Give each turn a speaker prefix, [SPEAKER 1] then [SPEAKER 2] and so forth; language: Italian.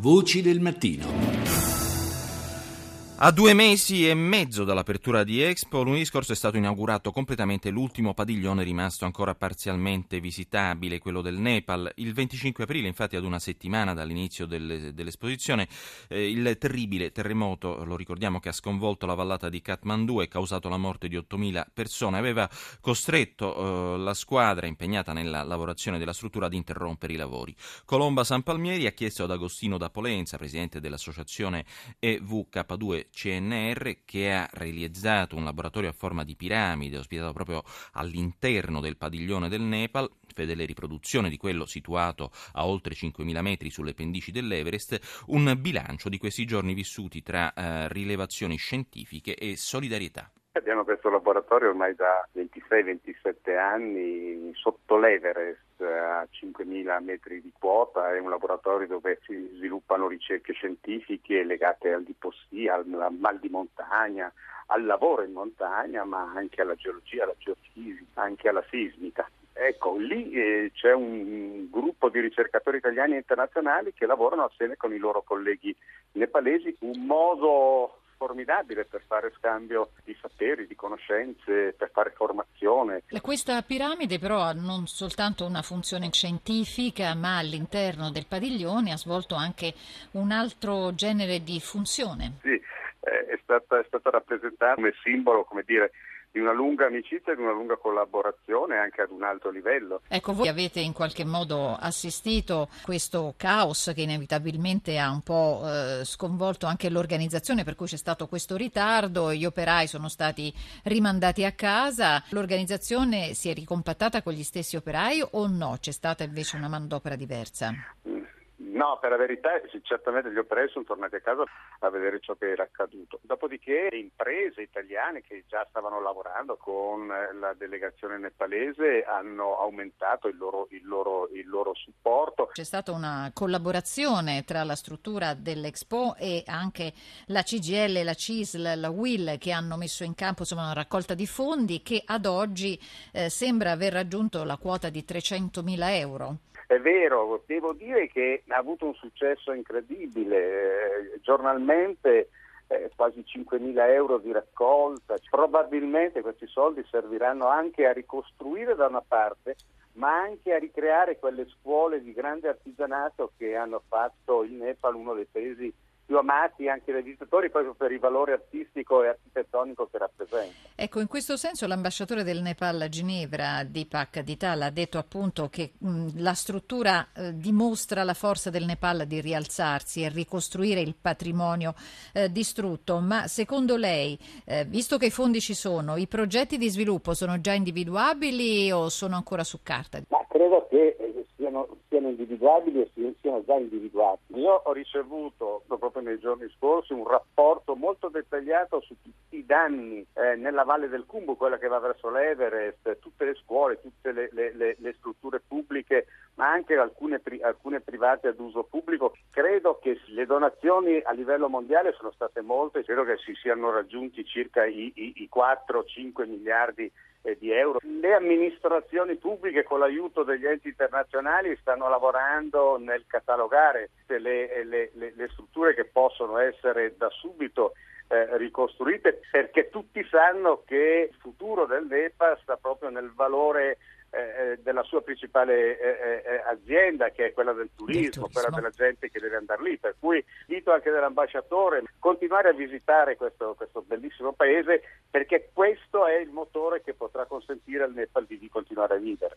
[SPEAKER 1] Voci del mattino.
[SPEAKER 2] A 2 mesi e mezzo dall'apertura di Expo, lunedì scorso è stato inaugurato completamente l'ultimo padiglione rimasto ancora parzialmente visitabile, quello del Nepal. Il 25 aprile, infatti, ad una settimana dall'inizio dell'esposizione, il terribile terremoto, lo ricordiamo, che ha sconvolto la vallata di Kathmandu e causato la morte di 8.000 persone, aveva costretto la squadra impegnata nella lavorazione della struttura ad interrompere i lavori. Colomba San Palmieri ha chiesto ad Agostino da Polenza, presidente dell'associazione EVK2 CNR, che ha realizzato un laboratorio a forma di piramide ospitato proprio all'interno del padiglione del Nepal, fedele riproduzione di quello situato a oltre 5.000 metri sulle pendici dell'Everest, un bilancio di questi giorni vissuti tra rilevazioni scientifiche e solidarietà.
[SPEAKER 3] Abbiamo questo laboratorio ormai da 26-27 anni sotto l'Everest a 5.000 metri di quota. È un laboratorio dove si sviluppano ricerche scientifiche legate all'ipossia, al mal di montagna, al lavoro in montagna, ma anche alla geologia, alla geofisica, anche alla sismica. Ecco, lì c'è un gruppo di ricercatori italiani e internazionali che lavorano assieme con i loro colleghi nepalesi, un modo formidabile per fare scambio di saperi, di conoscenze, per fare formazione.
[SPEAKER 4] Questa piramide però ha non soltanto una funzione scientifica, ma all'interno del padiglione ha svolto anche un altro genere di funzione.
[SPEAKER 3] Sì, è stata rappresentata come simbolo, come dire, di una lunga amicizia e di una lunga collaborazione anche ad un alto livello.
[SPEAKER 4] Ecco, voi avete in qualche modo assistito a questo caos che inevitabilmente ha un po' sconvolto anche l'organizzazione, per cui c'è stato questo ritardo, gli operai sono stati rimandati a casa. L'organizzazione si è ricompattata con gli stessi operai o no? C'è stata invece una manodopera diversa?
[SPEAKER 3] No, per la verità certamente gli operai sono tornati a casa a vedere ciò che era accaduto. Dopodiché le imprese italiane che già stavano lavorando con la delegazione nepalese hanno aumentato il loro supporto.
[SPEAKER 4] C'è stata una collaborazione tra la struttura dell'Expo e anche la CGIL, la CISL, la UIL, che hanno messo in campo una raccolta di fondi che ad oggi sembra aver raggiunto la quota di 300.000 euro.
[SPEAKER 3] È vero, devo dire che ha avuto un successo incredibile, giornalmente quasi 5.000 euro di raccolta. Probabilmente questi soldi serviranno anche a ricostruire da una parte, ma anche a ricreare quelle scuole di grande artigianato che hanno fatto il Nepal uno dei paesi più amati anche dai visitatori, proprio per il valore artistico e architettonico che rappresenta.
[SPEAKER 4] Ecco, in questo senso l'ambasciatore del Nepal a Ginevra, Deepak Dittal, ha detto appunto che la struttura dimostra la forza del Nepal di rialzarsi e ricostruire il patrimonio distrutto, ma secondo lei, visto che i fondi ci sono, i progetti di sviluppo sono già individuabili o sono ancora su carta?
[SPEAKER 3] Ma credo che siano individuabili e siano già individuati. Io ho ricevuto proprio nei giorni scorsi un rapporto molto dettagliato su tutti i danni nella Valle del Khumbu, quella che va verso l'Everest, tutte le scuole, tutte le strutture pubbliche, ma anche alcune private ad uso pubblico. Credo che le donazioni a livello mondiale sono state molte, credo che si siano raggiunti circa i 4-5 miliardi di euro. Le amministrazioni pubbliche con l'aiuto degli enti internazionali stanno lavorando nel catalogare le strutture che possono essere da subito ricostruite, perché tutti sanno che il futuro del Nepal sta proprio nel valore della sua principale azienda, che è quella del turismo, quella della gente che deve andare lì, per cui invito anche dell'ambasciatore continuare a visitare questo bellissimo paese, perché questo è il motore che potrà consentire al Nepal di continuare a vivere.